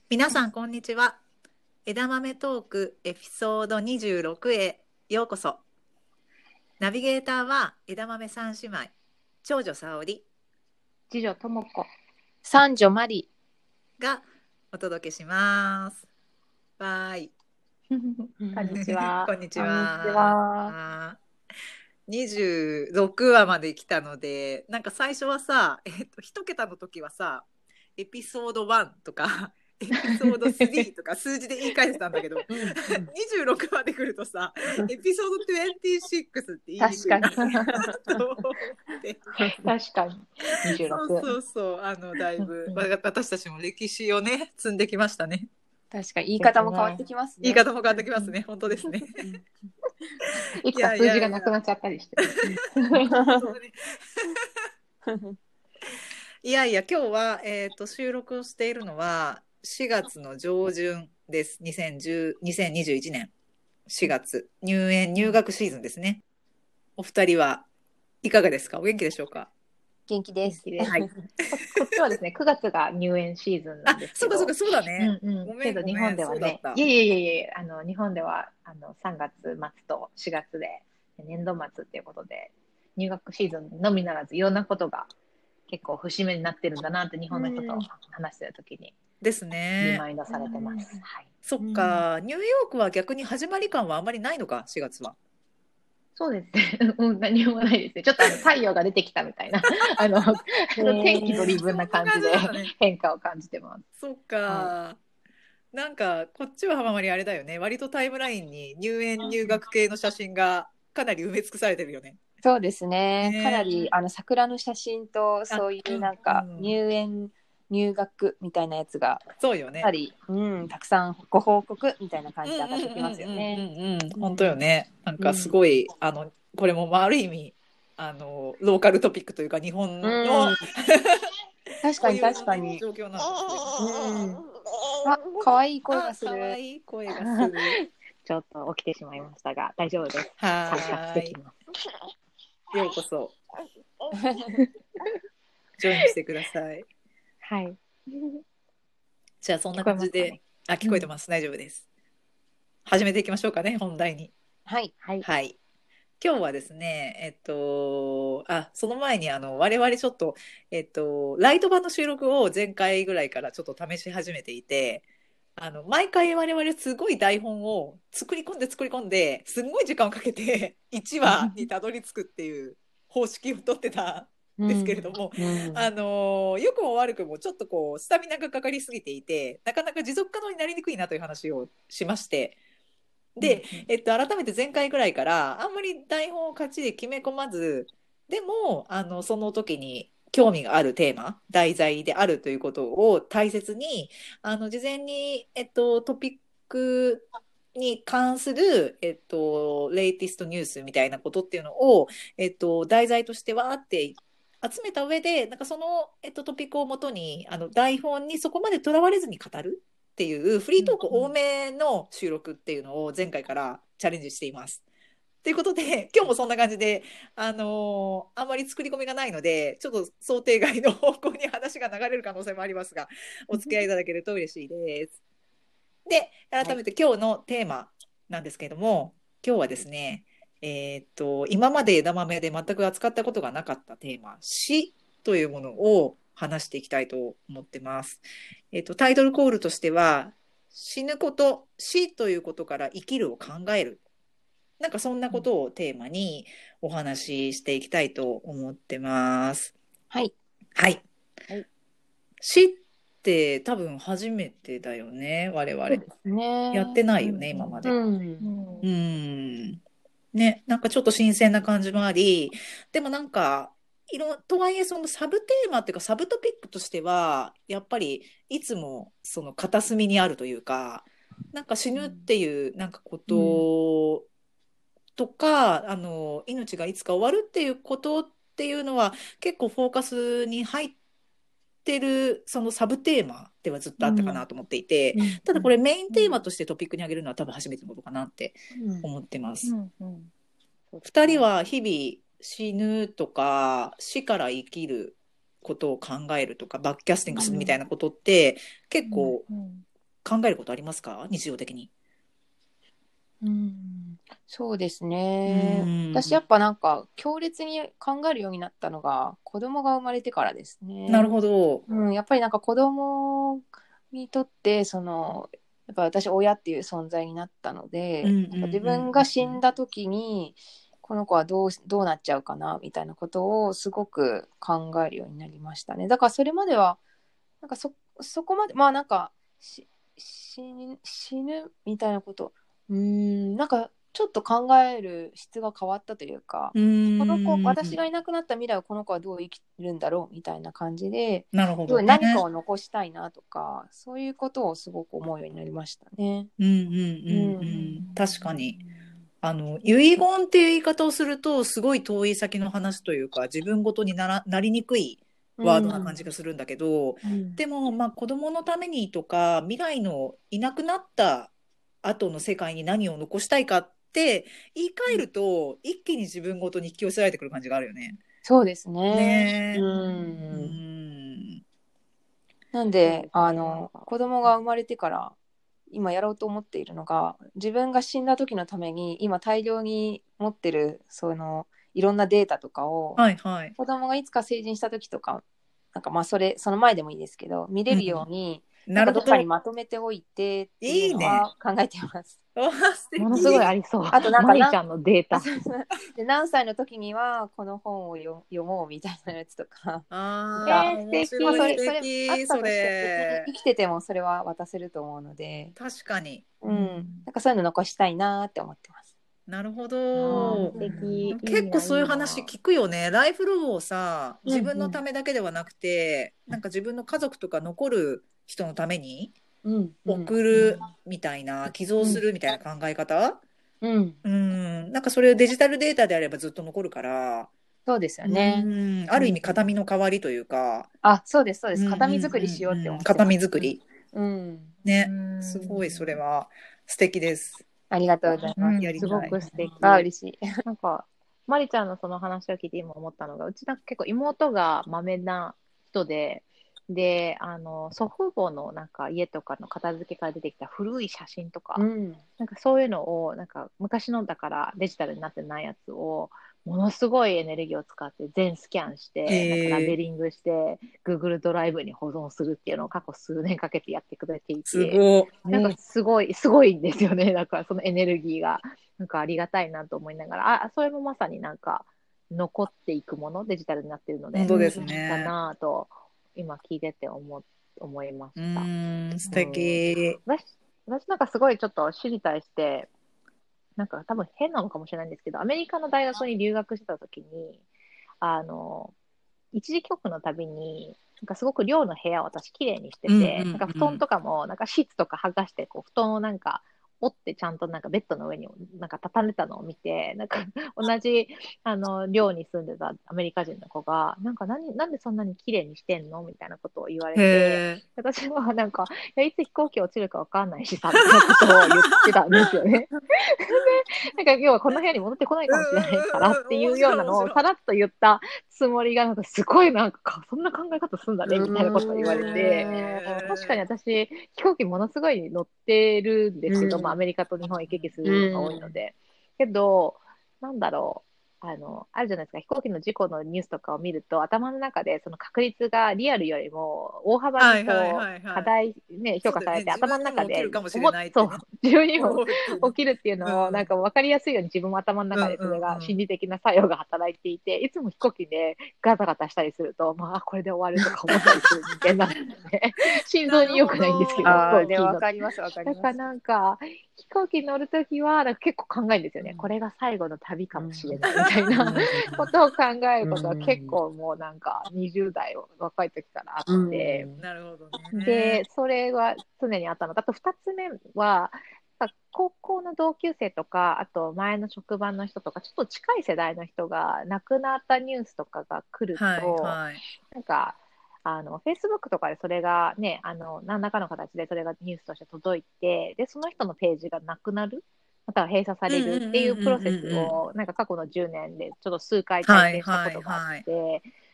皆さんこんにちは。枝豆トークエピソード26へようこそ。ナビゲーターは枝豆三姉妹、長女沙織次女ともこ、 三女マリがお届けします。わーい。 こんにちは。 こんにちこんにちは。26話まで来たので、なんか最初はさ、一桁の時はさ、エピソード1とかエピソード3とか数字で言い換えてたんだけど、26まで来るとさ、エピソード26って言いにくいなと思って確かに26。 そうだいぶ私たちも歴史をね積んできましたね。 確かに言い方も変わってきますね。 言い方も変わってきますね。本当ですね。 いつか数字がなくなっちゃったりして。 いやいや今日は、収録をしているのは4月の上旬です。2021年4月入学シーズンですね。お二人はいかがですか？お元気でしょうか？ 元気です。 はい。 こっちはですね、9月が入園シーズンなんですけど。 そうだね。ごめんけど日本ではね、日本では3月末と4月で年度末っていうことで、入学シーズンのみならずいろんなことが結構節目になってるんだなって日本の人と話してるときにですね。 リマインドされてます。はい。 そっか、ニューヨークは逆に始まり感はあまりないのか、4月は。 そうですね。何もないですね。ちょっと太陽が出てきたみたいな、天気ドリブンな感じで変化を感じてます。 そっか、なんかこっちはあまりあれだよね。割とタイムラインに入学系の写真がかなり埋め尽くされてるよね。 そうですね。かなり桜の写真とそういうなんか入学みたいなやつがそうよね。 やはり、たくさんご報告みたいな感じで上がってきますよね。 本当よね。なんかすごい、これもある意味ローカルトピックというか日本の、 確かに確かに状況なんですね。あ、可愛い声がする。 可愛い声がする。 ちょっと起きてしまいましたが大丈夫です。 はい。 できます。 ようこそ。ジョインしてください。 はい。 じゃあそんな感じで、聞こえてます。大丈夫です。始めていきましょうかね、本題に。 はいはい。今日はですね、その前に我々ちょっと、ライト版の収録を前回ぐらいからちょっと試し始めていて、毎回我々すごい台本を作り込んですんごい時間をかけて1話にたどり着くっていう方式をとってたんですけれども、良くも悪くもちょっとこうスタミナがかかりすぎていて、なかなか持続可能になりにくいなという話をしまして、で、改めて前回ぐらいからあんまり台本を勝ちで決め込まず、でもその時に興味があるテーマ、題材であるということを大切に事前に、トピックに関する、レイティストニュースみたいなことっていうのを、題材としてわーって集めた上で、なんかその、トピックをもとに台本にそこまでとらわれずに語るっていうフリートーク多めの収録っていうのを前回からチャレンジしています。ということで今日もそんな感じで、あんまり作り込みがないのでちょっと想定外の方向に話が流れる可能性もありますが、お付き合いいただけると嬉しいです。で、改めて今日のテーマなんですけれども、今日はですね、今まで枝豆で全く扱ったことがなかったテーマ、死というものを話していきたいと思ってます。タイトルコールとしては、死ぬこと、死ということから生きるを考える。なんかそんなことをテーマにお話ししていきたいと思ってます。 はい。 死って多分初めてだよね、我々。やってないよね、今まで。ね、なんかちょっと新鮮な感じもあり、でもなんか、とはいえそのサブテーマっていうかサブトピックとしては、やっぱりいつもその片隅にあるというか、なんか死ぬっていうなんかこととか、命がいつか終わるっていうことっていうのは結構フォーカスに入ってるそのサブテーマではずっとあったかなと思っていて、ただこれメインテーマとしてトピックに挙げるのは多分初めてのことかなって思ってます。2人は日々死ぬとか死から生きることを考えるとかバックキャスティングするみたいなことって結構考えることありますか、日常的に。 そうですね。私やっぱなんか強烈に考えるようになったのが子供が生まれてからですね。 なるほど。 やっぱりなんか子供にとってやっぱ私親っていう存在になったので、なんか自分が死んだ時にこの子はどうなっちゃうかなみたいなことをすごく考えるようになりましたね。だからそれまではなんかそこまでなんか死ぬみたいなことなんかちょっと考える質が変わったというか、この子、私がいなくなった未来をこの子はどう生きるんだろうみたいな感じで、 なるほどね、 何かを残したいなとか、そういうことをすごく思うようになりましたね。 確かに。遺言っていう言い方をするとすごい遠い先の話というか、自分ごとになりにくいワードな感じがするんだけど、でも子供のためにとか未来のいなくなった後の世界に何を残したいかって言い換えると、一気に自分ごとに引き寄せられてくる感じがあるよね。 そうですね。なんで子供が生まれてから今やろうと思っているのが、自分が死んだ時のために今大量に持ってるいろんなデータとかを、子供がいつか成人した時とかなんかその前でもいいですけど見れるように、なんかどっかにまとめておいてっていうのは考えています。 ものすごいありそう。 あとなんかマリちゃんのデータで何歳の時にはこの本を読もうみたいなやつとか。 素敵。 それあったとして生きててもそれは渡せると思うので、 確かに、 なんかそういうの残したいなって思ってます。 なるほど。結構そういう話聞くよね。ライフログをさ、自分のためだけではなくて、なんか自分の家族とか残る人のために送るみたいな、寄贈するみたいな考え方、なんかそれをデジタルデータであればずっと残るから、 そうですよね。 ある意味形見の代わりというか、 そうですそうです。形見作りしようって思ってます。 形見作り、ね、すごいそれは素敵です。 ありがとうございます。 すごく素敵。 嬉しい。 なんかマリちゃんのその話を聞いて今思ったのが、うちなんか結構妹がまめな人で、祖父母のなんか家とかの片付けから出てきた古い写真とか、なんかそういうのをなんか昔のだからデジタルになってないやつをものすごいエネルギーを使って全スキャンして、なんかラベリングして Google ドライブに保存するっていうのを過去数年かけてやってくれていて、なんかすごいんですよね。だからそのエネルギーがなんかありがたいなと思いながら、それもまさになんか残っていくもの、デジタルになっているので、 本当ですね。 だなと今聞いてて思いました。 素敵。 私なんかすごいちょっと死に対してなんか多分変なのかもしれないんですけど、アメリカの大学に留学してた時に一時帰国のたびになんかすごく寮の部屋を私きれいにしてて、なんか布団とかもなんかシーツとか剥がしてこう布団をなんか折ってちゃんとなんかベッドの上になんか畳んでたのを見て、なんか同じ寮に住んでたアメリカ人の子がなんでそんなに綺麗にしてんのみたいなことを言われて、私はなんかいつ飛行機落ちるかわかんないしさみたいなことを言ってたんですよね。でなんか要はこの部屋に戻ってこないかもしれないからっていうようなのをさらっと言ったつもりがなんかすごいなんかそんな考え方すんだねみたいなことを言われて、確かに私飛行機ものすごい乗ってるんですけど、アメリカと日本行き来するのが多いので、けどなんだろう、あるじゃないですか、飛行機の事故のニュースとかを見ると頭の中でその確率がリアルよりも大幅にこう過大ね評価されて、頭の中で自分にも起きるっていうのをなんか分かりやすいように自分も頭の中でそれが心理的な作用が働いていて、いつも飛行機でガタガタしたりするとこれで終わるとか思ったりする人間なんですね。心臓に良くないんですけど、 わかりますわかります。 だからなんか飛行機に乗るときはなんか結構考えるんですよね。これが最後の旅かもしれないみたいなことを考えることは結構もうなんか20代若い時からあって、 なるほどね。 でそれは常にあったの。あと2つ目は高校の同級生とか、あと前の職場の人とか、ちょっと近い世代の人が亡くなったニュースとかが来ると、なんかFacebook とかでそれがね、何らかの形でそれがニュースとして届いて、でその人のページがなくなる、または閉鎖されるっていうプロセスをなんか過去の10年でちょっと数回体験したことがあって、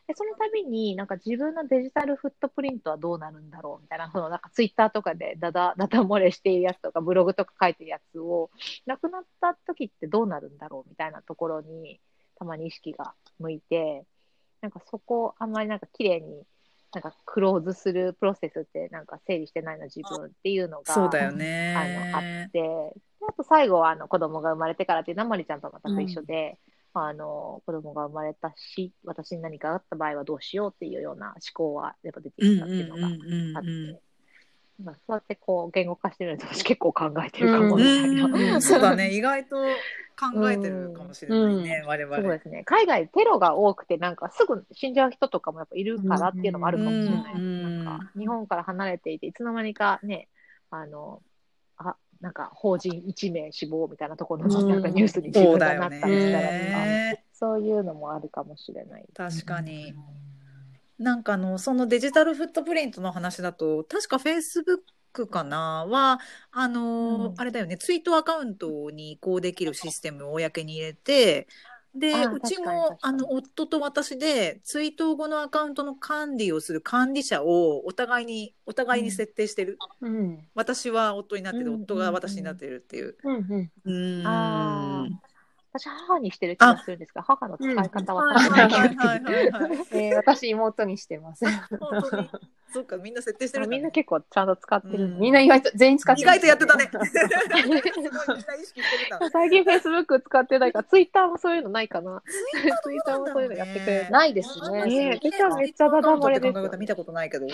で、その度に、なんか自分のデジタルフットプリントはどうなるんだろうみたいな、なんかツイッターとかでダダ漏れしているやつとか、ブログとか書いてるやつを、亡くなった時ってどうなるんだろうみたいなところに、たまに意識が向いて、なんかそこ、あんまりなんか綺麗に、なんかクローズするプロセスってなんか整理してないの自分っていうのが、 そうだよあっね。 て、であと最後は子供が生まれてからっていうのはまりちゃんと全く一緒で、子供が生まれたし、私に何かあった場合はどうしようっていうような思考はやっぱ出てきたっていうのがあって、まあ、そうやってこう言語化してるのと私結構考えてるかもみたいな。 そうだね。意外と考えてるかもしれないね、我々。 そうですね。海外テロが多くて、なんかすぐ死んじゃう人とかもやっぱいるからっていうのもあるかもしれないです。なんか日本から離れていて、いつの間にかね、なんか法人1名死亡みたいなところのなんかニュースに自分がなったりしたらとか、そういうのもあるかもしれない。 確かに。なんかそのデジタルフットプリントの話だと、確か Facebook かなは、あれだよね、ツイートアカウントに移行できるシステムを公に入れて、で、うちも夫と私でツイート後のアカウントの管理をする管理者をお互いに設定してる。私は夫になってて、夫が私になってるっていう。 私、母にしてる気がするんですが、母の使い方は私、妹にしてます。 本当に。そっか、みんな設定してるんだね。 みんな結構ちゃんと使ってる。 みんな意外と全員使ってる。 意外とやってたね。すごいみんな意識してるんだ。 最近 Facebook 使ってないから、Twitter もそういうのないかな。Twitter もそういうのやってくれる。 ないですね。 Twitter めっちゃダダ漏れですよね。 見たことないけど。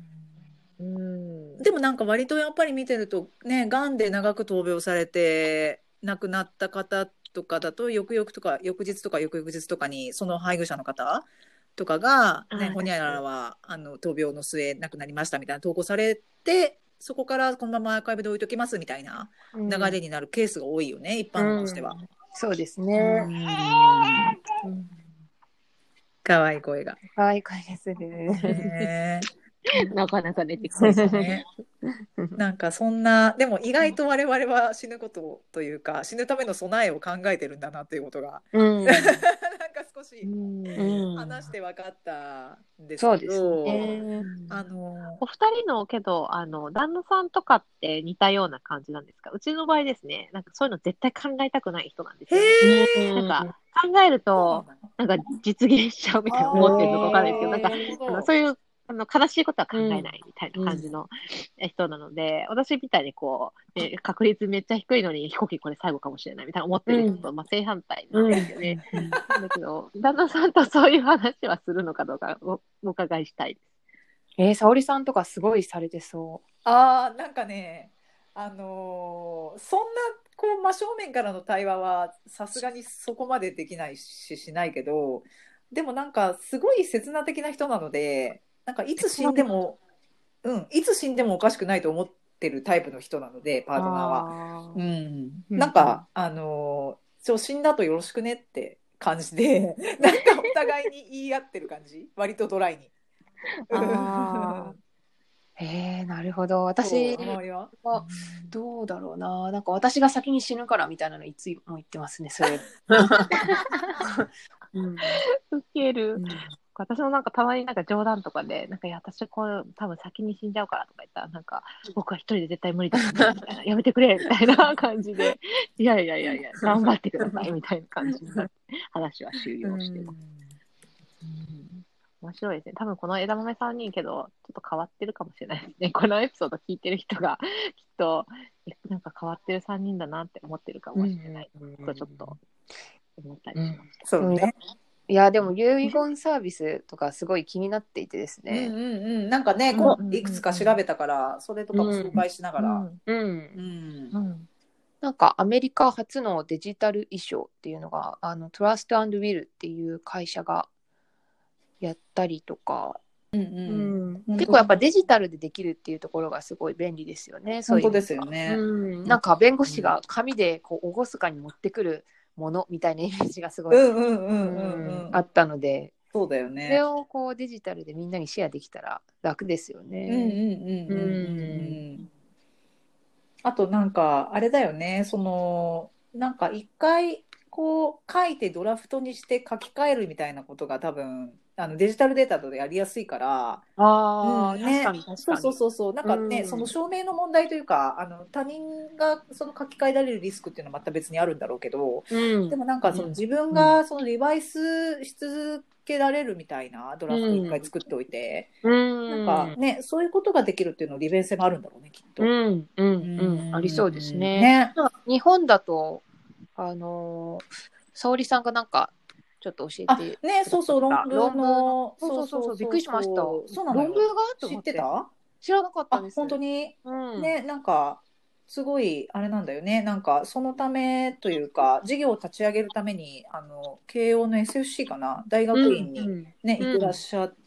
でもなんか割とやっぱり見てるとね、がんで長く闘病されて亡くなった方とかだと翌々とか翌日とか翌々日とかにその配偶者の方とかが、ね、ほにゃららは闘病の末亡くなりましたみたいな投稿されて、そこからこのままアーカイブで置いときますみたいな流れになるケースが多いよね、一般論としては。 そうですね。 かわいい声が。 かわいい声ですね。 なかなか出てくるね。なんかそんな、でも意外と我々は死ぬことというか、死ぬための備えを考えてるんだなっていうことが、なんか少し話して分かったんですけど、 お二人のけど、旦那さんとかって似たような感じなんですか？うちの場合ですね、なんかそういうの絶対考えたくない人なんですよね。なんか考えると、なんか実現しちゃうみたいな思ってるのかわかんないですけど、なんかそういう悲しいことは考えないみたいな感じの人なので、私みたいにこう、ね、確率めっちゃ低いのに飛行機これ最後かもしれないみたいな思ってる人と、まあ、正反対なんですよね。だけど、旦那さんとそういう話はするのかどうかお伺いしたいです。沙織さんとかすごいされてそう。 なんかね、そんなこう真正面からの対話はさすがにそこまでできないしないけど、でもなんかすごい刹那的な人なので、なんかいつ死んでも、いつ死んでもおかしくないと思ってるタイプの人なので、パートナーは。なんか、死んだ後よろしくねって感じで、なんかお互いに言い合ってる感じ、割とドライに。 なるほど。私はどうだろうな。なんか私が先に死ぬからみたいなのいつも言ってますね、それ。 ウケる。私もなんかたまになんか冗談とかで、なんか私こう多分先に死んじゃうからとか言ったら、なんか僕は一人で絶対無理ですみたいな、やめてくれみたいな感じで、いや頑張ってくださいみたいな感じになって話は終了してます。面白いですね。多分この枝豆3人けど、ちょっと変わってるかもしれないですね。このエピソード聞いてる人がきっと、なんか変わってる3人だなって思ってるかもしれない。とちょっと思ったりしました。 そうね。 いやでも遺言サービスとかすごい気になっていてですね。 なんかね、いくつか調べたからそれとかも紹介しながら。 なんかアメリカ初のデジタル衣装っていうのがトラスト&ウィルっていう会社がやったりとか、結構やっぱデジタルでできるっていうところがすごい便利ですよね。 本当ですよね。 なんか弁護士が紙でこう厳かに持ってくるものみたいなイメージがすごいあったので、 そうだよね。 それをこうデジタルでみんなにシェアできたら楽ですよね。 あとなんかあれだよね、なんか一回こう書いてドラフトにして書き換えるみたいなことが多分デジタルデータでやりやすいから、 ああ、 ね、 確かに確そうかに。 そうそうそう、なんかね、その証明の問題というか、他人がその書き換えられるリスクっていうのはまた別にあるんだろうけど、でもなんかその自分がそのリバイスし続けられるみたいなドラフト一回作っておいて、なんかね、そういうことができるっていうの利便性もあるんだろうね、きっと。 ありそうですね。 ね。 日本だと、沙織さんがなんか、ちょっと教えてね、そうそう、論文の、 そう、びっくりしました。 そうなのよ。 論文がと知思って。 ってた？ 知らなかったです。 本当に、ね、なんか、すごい、あれなんだよね。なんか、そのためというか、事業を立ち上げるために、慶応の SFC かな、大学院にね、行ってらっしゃって、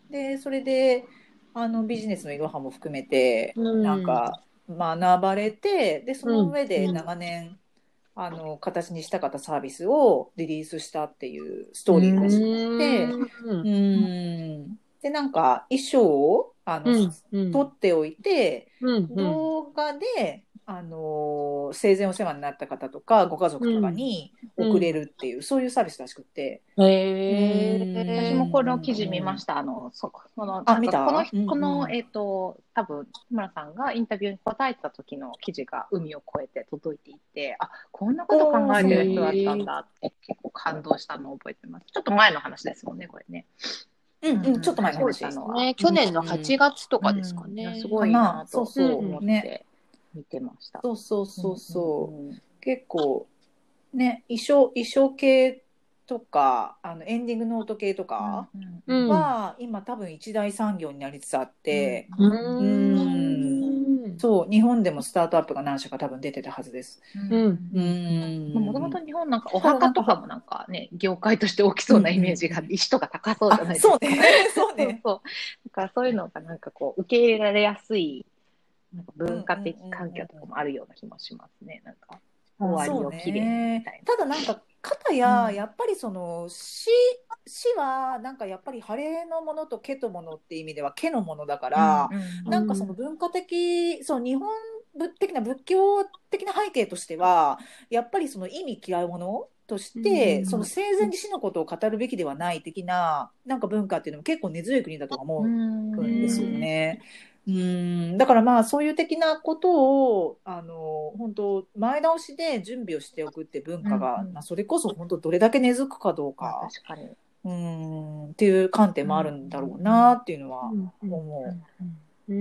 で、それで、ビジネスのいろはも含めて、なんか、学ばれて、で、その上で長年、形にしたかったサービスをリリースしたっていうストーリーらしくて、で、なんか衣装を撮っておいて、動画で、生前お世話になった方とかご家族とかに送れるっていう、そういうサービスらしくて。 私もこの記事見ました。 見た？ この、多分、村さんがインタビューに答えた時の記事が海を越えて届いていて、こんなこと考えてる人だったんだって結構感動したのを覚えてます。ちょっと前の話ですもんね、これね。 ちょっと前の話ですね。去年の8月とかですかね。 すごいなと思って見てました。 結構、ね、衣装系とかエンディングノート系とかは、今多分一大産業になりつつあって、そう、日本でもスタートアップが何社か多分出てたはずです。 もともと日本なんかお墓とかもなんかね、業界として大きそうなイメージが、石とか高そうじゃないですか。 そうね。 だからそういうのがなんかこう受け入れられやすいなんか文化的環境とかもあるような気もしますね。なんか終わりをきれいみたいな。 ただなんか片ややっぱりその死はなんかやっぱり晴れのものと毛とものっていう意味では毛のものだから、なんかその文化的、そう日本的な仏教的な背景としてはやっぱりその意味嫌うものとして、その生前に死のことを語るべきではない的ななんか文化っていうのも結構根強い国だと思うんですよね。だからまあそういう的なことを本当前倒しで準備をしておくって文化が、それこそ本当どれだけ根付くかどうか、 確かにっていう観点もあるんだろうなっていうのは思う。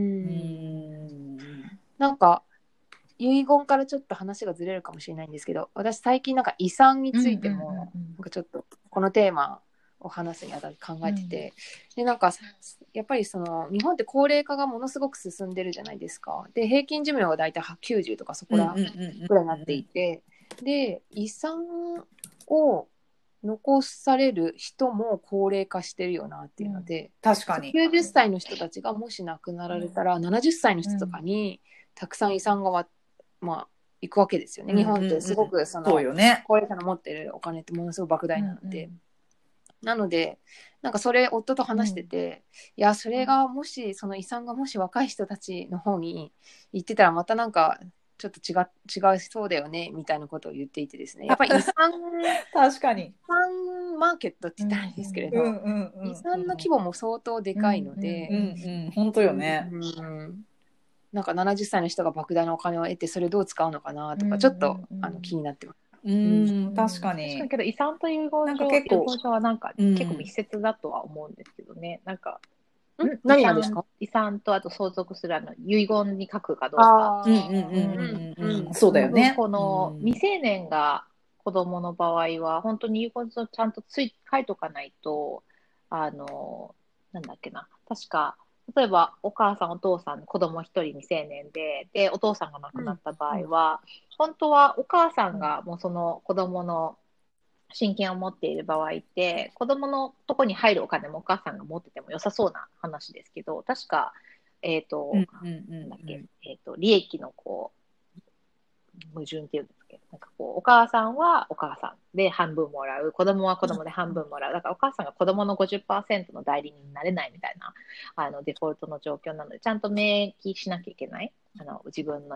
なんか遺言からちょっと話がずれるかもしれないんですけど、私最近なんか遺産についてもなんかちょっとこのテーマを話すにあたって考えてて、でなんかやっぱりその日本って高齢化がものすごく進んでるじゃないですか。で平均寿命がだいたい90とかそこらぐらいになっていて、で遺産を残される人も高齢化してるよなっていうので、 確かに 90歳の人たちがもし亡くなられたら、70歳の人とかにたくさん遺産が行くわけですよね。日本ってすごくその高齢者の持ってるお金ってものすごく莫大なので、なのでなんかそれ夫と話してて、いやそれがもしその遺産がもし若い人たちの方に行ってたらまたなんかちょっと違いそうだよねみたいなことを言っていてですね、やっぱり遺産確かに遺産マーケットって言ったらいいんですけれど、遺産の規模も相当でかいので、 本当よね。 なんか70歳の人が莫大なお金を得てそれどう使うのかなとかちょっと気になってます。 確かに。 確かにけど遺産という遺言書はなんか結構密接だとは思うんですけどね。なんか何がですか？ 遺産とあと相続する遺言に書くかどうか。 そうだよね。 この未成年が子供の場合は本当に遺言書ちゃんと書いとかないとなんだっけな、確か例えばお母さんお父さん子供一人未成年でお父さんが亡くなった場合は、本当はお母さんがもうその子供の親権を持っている場合って子供のとこに入るお金もお母さんが持ってても良さそうな話ですけど、確か利益のこう矛盾っていうんですけど、なんかこうお母さんはお母さんで半分もらう、子供は子供で半分もらう、だからお母さんが子供の 50% の代理人になれないみたいなデフォルトの状況なので、ちゃんと明記しなきゃいけない、自分の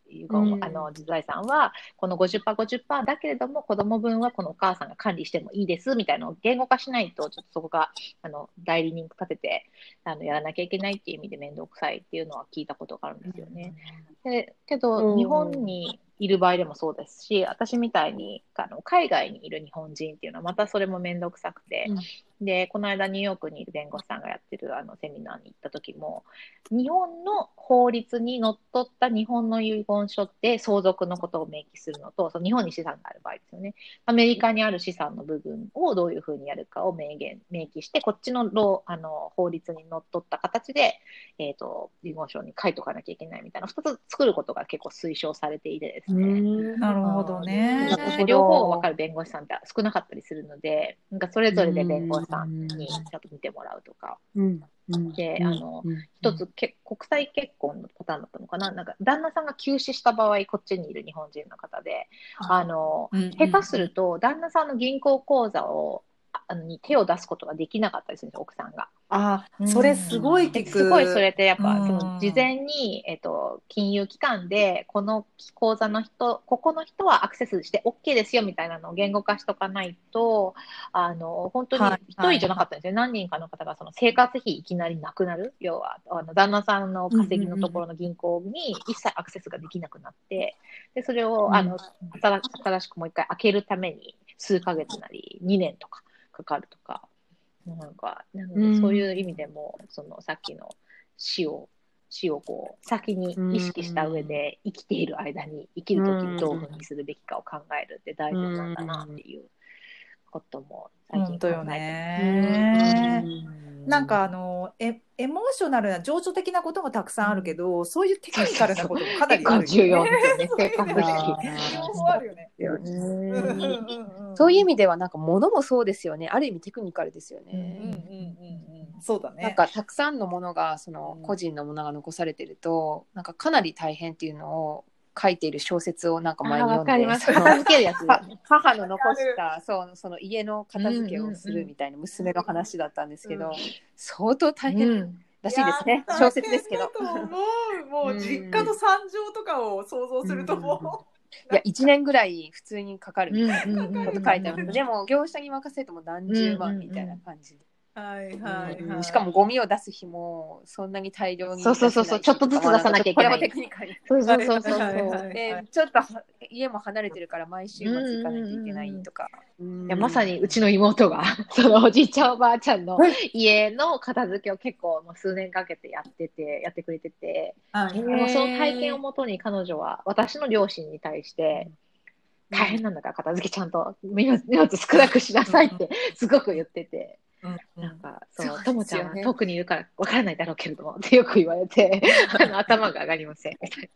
財産はこの 50%、50% だけれども子供分はこのお母さんが管理してもいいですみたいなのを言語化しないと、ちょっとそこが代理人立ててやらなきゃいけないっていう意味で面倒くさいっていうのは聞いたことがあるんですよね。けど日本にいる場合でもそうですし、私みたいに海外にいる日本人っていうのはまたそれも面倒くさくて、でこの間ニューヨークにいる弁護士さんがやってるセミナーに行った時も、日本の法律にのっとった日本の遺言書って相続のことを明記するのと、その日本に資産がある場合ですよね、アメリカにある資産の部分をどういうふうにやるかを明記して、こっちの法律にのっとった形で、遺言書に書いとかなきゃいけないみたいな2つ作ることが結構推奨されていてですね。 なるほどね。 両方分かる弁護士さんって少なかったりするので、なんかそれぞれで弁護士さんにちゃんと見てもらうとか。で、一つ国際結婚のパターンだったのかな、なんか旦那さんが急死した場合、こっちにいる日本人の方で、下手すると旦那さんの銀行口座に手を出すことができなかったりするんですよ、奥さんが。 それすごい聞く。 すごいそれってやっぱ、その事前に、金融機関でこの口座の人、ここの人はアクセスして OK ですよみたいなのを言語化しとかないと、本当に一人じゃなかったんですよ、何人かの方がその生活費いきなりなくなる、要は旦那さんの稼ぎのところの銀行に一切アクセスができなくなって、でそれを新しくもう一回開けるために数ヶ月なり2年とかかかるとか。なのでそういう意味でも、そのさっきの死をこう先に意識した上で生きている間に生きるときにどういうふうにするべきかを考えるって大事なんだなっていうことも最近考えてますね。なんかエモーショナルな情緒的なこともたくさんあるけど、そういうテクニカルなこともかなりあるよね。 重要ですよね、生活費。 両方あるよね。 そういう意味ではなんか物もそうですよね。ある意味テクニカルですよね。 そうだね。 なんかたくさんのものがその個人のものが残されてると、なんかかなり大変っていうのを書いている小説をなんか前に読んで、母の残したその家の片付けをするみたいな娘の話だったんですけど、相当大変らしいですね。小説ですけど。 もう実家の惨状とかを想像するともいや1年ぐらい普通にかかるみたいなこと書いてある。でも業者に任せても何十万みたいな感じで。しかもゴミを出す日もそんなに大量に出せない。そうちょっとずつ出さなきゃいけない。 これもテクニカル。でちょっと家も離れてるから毎週末行かないといけないとか。 いやまさにうちの妹がそのおじいちゃんおばあちゃんの家の片付けを結構もう数年かけてやってくれてて、その体験をもとに彼女は私の両親に対して大変なんだから片付けちゃんと荷物少なくしなさいってすごく言ってて。なんかともちゃんは遠くにいるからわからないだろうけれどもってよく言われて頭が上がりませんみたい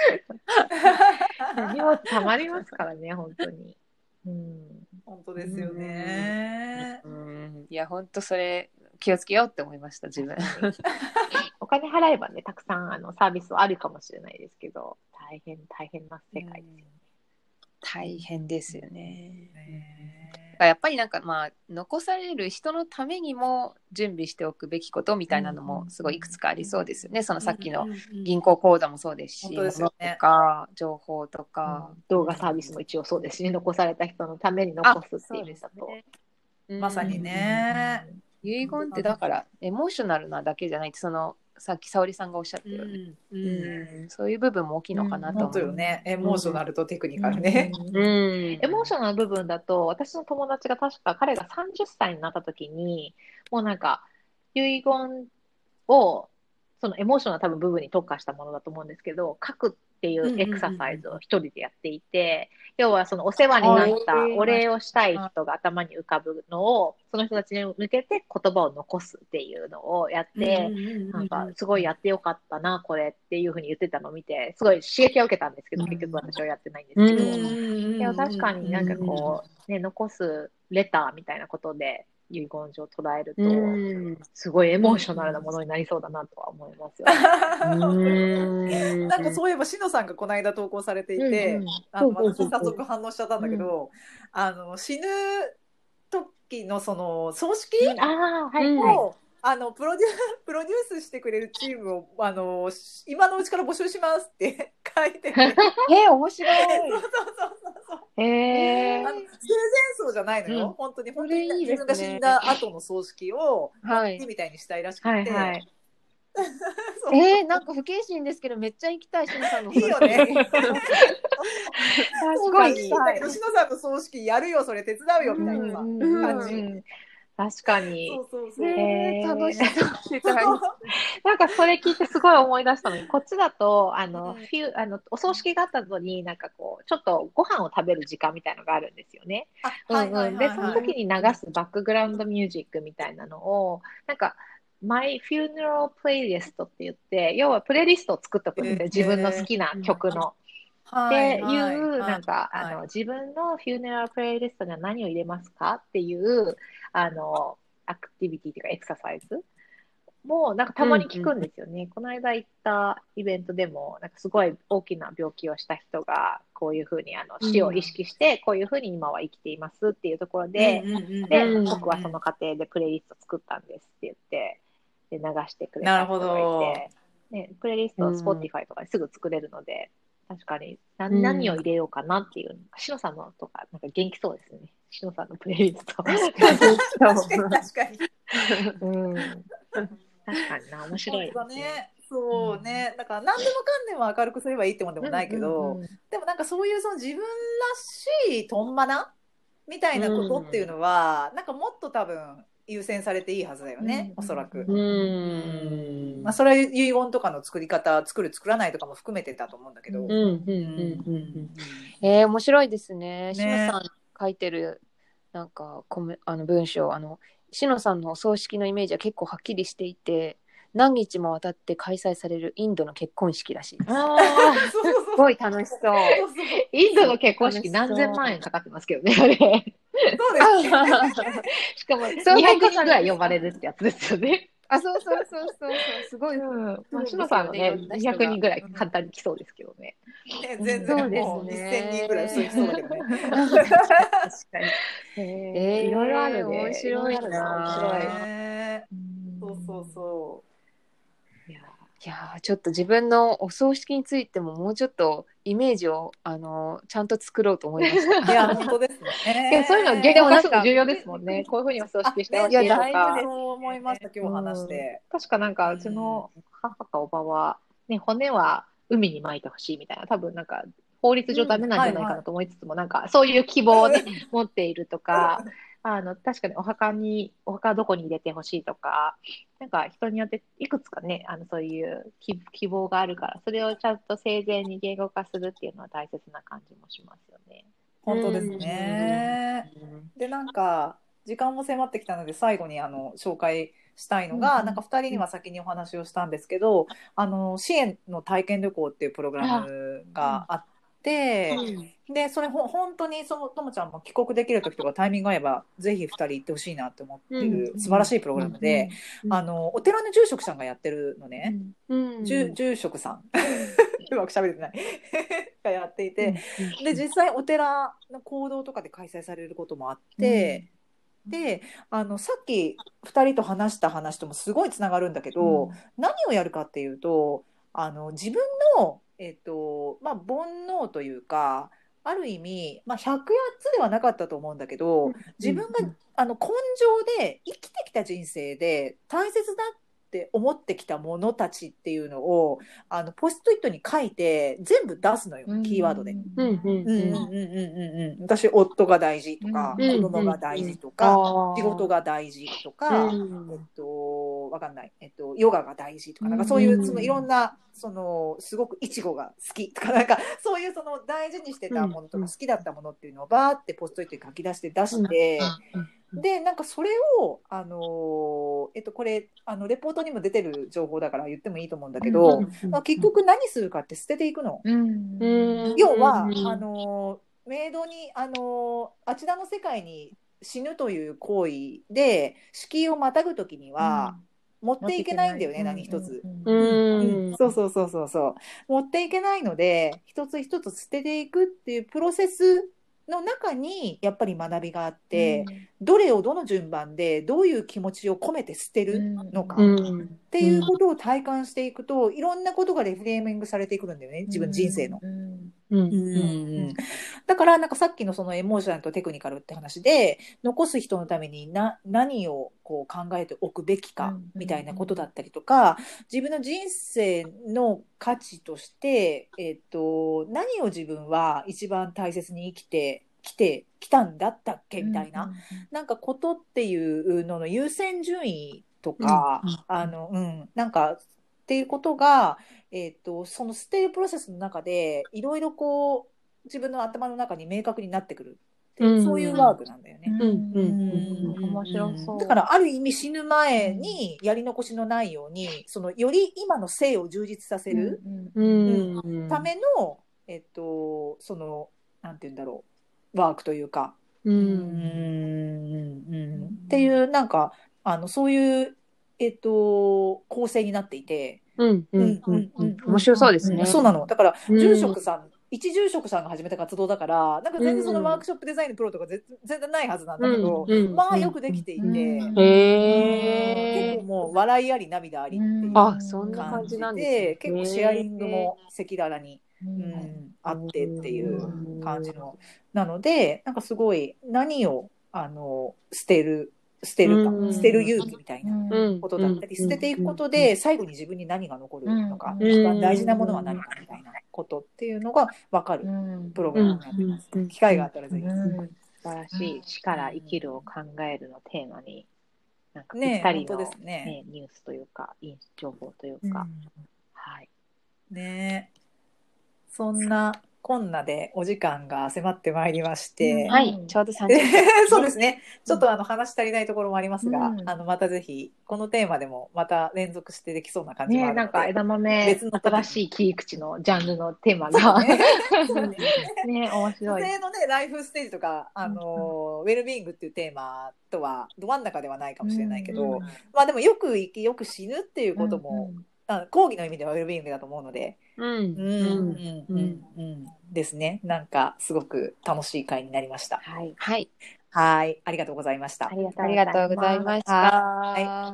な。荷物たまりますからね、本当に。 本当ですよね。 いや本当それ気をつけようって思いました、自分。 お金払えばね、たくさんサービスはあるかもしれないですけど、大変な世界ですよね。 大変ですよね。やっぱりなんか残される人のためにも準備しておくべきことみたいなのもすごいいくつかありそうですよね。そのさっきの銀行口座もそうですし、物とか情報とか、 動画サービスも一応そうですし、ね、残された人のために残すっていう意味だと、 まさにね。 遺言ってだからエモーショナルなだけじゃないって、そのさっき沙織さんがおっしゃったように、そういう部分も大きいのかなと思う。 本当よね。エモーショナルとテクニカルね。 エモーショナル部分だと、私の友達が確か彼が30歳になった時に、もうなんか遺言をそのエモーショナル多分部分に特化したものだと思うんですけど、書くっていうエクササイズを一人でやっていて、要はそのお世話になったお礼をしたい人が頭に浮かぶのをその人たちに向けて言葉を残すっていうのをやって、なんかすごいやってよかったなこれっていうふうに言ってたのを見て、すごい刺激を受けたんですけど、結局私はやってないんですけど、でも確かになんかこう、ね、残すレターみたいなことで遺言状を捉えると、すごいエモーショナルなものになりそうだなとは思いますよね。なんかそういえばしのさんがこの間投稿されていて、私早速反応しちゃったんだけど、死ぬ時のその葬式をプロデュースしてくれるチームを今のうちから募集しますって書いてて面白い。 そうそうそうそう生前生前葬じゃないのよ、本当にそれいいですね自分が死んだ後の葬式をはいみたいにしたいらしくて、 はいはい。 そうなんか不謹慎ですけどめっちゃ行きたい、しのさんのおいいよねすごいいいんだけど、しのさんの葬式やるよ、それ手伝うよみたいな感じ。 確かに。 そうそうそう。 楽しそうみたいな。 なんかそれ聞いてすごい思い出したのに、こっちだと、お葬式があった後に、なんかこう、ちょっとご飯を食べる時間みたいのがあるんですよね。で、その時に流すバックグラウンドミュージックみたいなのを、なんか、My Funeral Playlist って言って、要はプレイリストを作っておくんですよ。自分の好きな曲の。っていう、なんか、自分のフューネラルプレイリストには何を入れますかっていう、アクティビティというかエクササイズも、なんかたまに聞くんですよね。この間行ったイベントでも、なんかすごい大きな病気をした人が、こういうふうに死を意識して、こういうふうに今は生きていますっていうところで、で、僕はその過程でプレイリスト作ったんですって言って、で流してくれた人がいて、ね、プレイリストを Spotify とかですぐ作れるので、確かに何を入れようかなっていう、しのさんのとか、なんか元気そうですね。しのさんのプレイリスト。確かに。確かにな、面白いですね。 そうね。だから何でもかんでも明るくすればいいってもんでもないけど、でもなんかそういうその自分らしいとんまなみたいなことっていうのは、なんかもっと多分優先されていいはずだよね、おそらく。まあそれは遺言とかの作り方、作る作らないとかも含めてだと思うんだけど。 面白いですね。しのさん書いてるなんか文章、しのさんのお葬式のイメージは結構はっきりしていて、何日もわたって開催されるインドの結婚式らしいです。すごい楽しそう。 インドの結婚式何千万円かかってますけどね、あれ。そうですしかも200人ぐらい呼ばれるってやつですよね。 そうすごい。 しのさんはね、200人ぐらい簡単に来そうですけどね。 全然もう1000人ぐらいそうだけどね。確かに。いろいろあるね。 面白いな。 そう。 いやちょっと自分のお葬式についてももうちょっとイメージをちゃんと作ろうと思いました。 いや本当ですね。 そういうの言語化するの重要ですもんね。こういうふうにお葬式してほしいとか。 そう思いました今日話して。 確かなんかうちの母かおばはね、骨は海に撒いてほしいみたいな、多分なんか法律上ダメなんじゃないかなと思いつつも、なんかそういう希望をね持っているとか。確かにお墓どこに入れてほしいとか、なんか人によっていくつかね、そういう希望があるから、それをちゃんと生前に言語化するっていうのは大切な感じもしますよね。 本当ですね。で、なんか、時間も迫ってきたので、最後に紹介したいのが、なんか2人には先にお話をしたんですけど、支援の体験旅行っていうプログラムがあって、でそれ本当にともちゃんも帰国できる時とかタイミング合えばぜひ2人行ってほしいなって思ってる素晴らしいプログラムで、お寺の住職さんがやってるのね、住職さんうまく喋れてないがやっていて、で実際お寺の講堂とかで開催されることもあって、でさっき2人と話した話ともすごいつながるんだけど、何をやるかっていうと自分のまあ、煩悩というかある意味、まあ、100つではなかったと思うんだけど、自分が根性で生きてきた人生で大切だって思ってきたものたちっていうのをポストイットに書いて全部出すのよ、キーワードで。私夫が大事とか、子供が大事とか、仕事が大事とか、わかんない、ヨガが大事とか、なんかそういうそのいろんなすごくイチゴが好きとか、なんかそういう大事にしてたものとか好きだったものっていうのをバーってポストイットに書き出して出して、でなんかそれをこれレポートにも出てる情報だから言ってもいいと思うんだけど、結局何するかって捨てていくの。要はメイドにあちらの世界に死ぬという行為で敷居をまたぐときには、持っていけないんだよね、何一つ。そう持っていけないので一つ一つ捨てていくっていうプロセスの中にやっぱり学びがあって、どれをどの順番でどういう気持ちを込めて捨てるのかっていうことを体感していくと、いろんなことがレフレーミングされていくんだよね、自分人生の。だからなんかさっきのそのエモーショナルとテクニカルって話で、残す人のために何をこう考えておくべきかみたいなことだったりとか、自分の人生の価値として、何を自分は一番大切に生きてきたんだったっけみたいな、なんかことっていうのの優先順位とか、なんかっていうことが、その捨てるプロセスの中でいろいろこう自分の頭の中に明確になってくるっていう、そういうワークなんだよね。 面白そう。 だからある意味死ぬ前にやり残しのないように、そのより今の生を充実させるための、そのなんていうんだろう、ワークというか、っていうなんかそういう構成になっていて、 面白そうですね。 そうなの。だから一住職さんが始めた活動だから、なんか全然そのワークショップデザインのプロとか全然ないはずなんだけど、まあよくできていて、結構もう笑いあり涙ありっていう感じで、結構シェアリングも赤裸々に、あってっていう感じの。なので、なんかすごい何を捨てるか、捨てる勇気みたいなことだったり、捨てていくことで最後に自分に何が残るのか、一番大事なものは何かみたいなことっていうのが分かるプログラムになってます。機会があったらぜひ。 素晴らしい。死から生きるを考えるのテーマに、なんかぴったりの、ニュースというか、情報というか。はい。 ね、そんなこんなでお時間が迫ってまいりまして、 はい、ちょうど30分。 そうですね。ちょっと話足りないところもありますが、またぜひこのテーマでもまた連続してできそうな感じもあるので、 なんか枝豆、新しい切り口のジャンルのテーマが面白い。 女性のねライフステージとかウェルビーイングっていうテーマとはど真ん中ではないかもしれないけど、まあでもよく生きよく死ぬっていうことも、講義の意味ではウェルビーイングだと思うので、ですね。なんかすごく楽しい回になりました。はい、ありがとうございました。 ありがとうございました。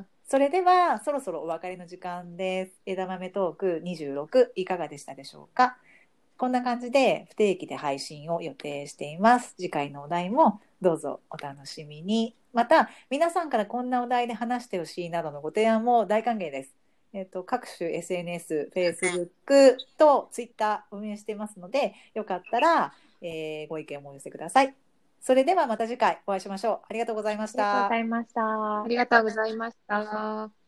それではそろそろお別れの時間です。枝豆トーク26いかがでしたでしょうか。こんな感じで不定期で配信を予定しています。次回のお題もどうぞお楽しみに。また皆さんからこんなお題で話してほしいなどのご提案も大歓迎です。各種 SNS、Facebook と Twitter 運営していますので、よかったら、ご意見をお寄せください。それではまた次回お会いしましょう。ありがとうございました。 ありがとうございました。 ありがとうございました。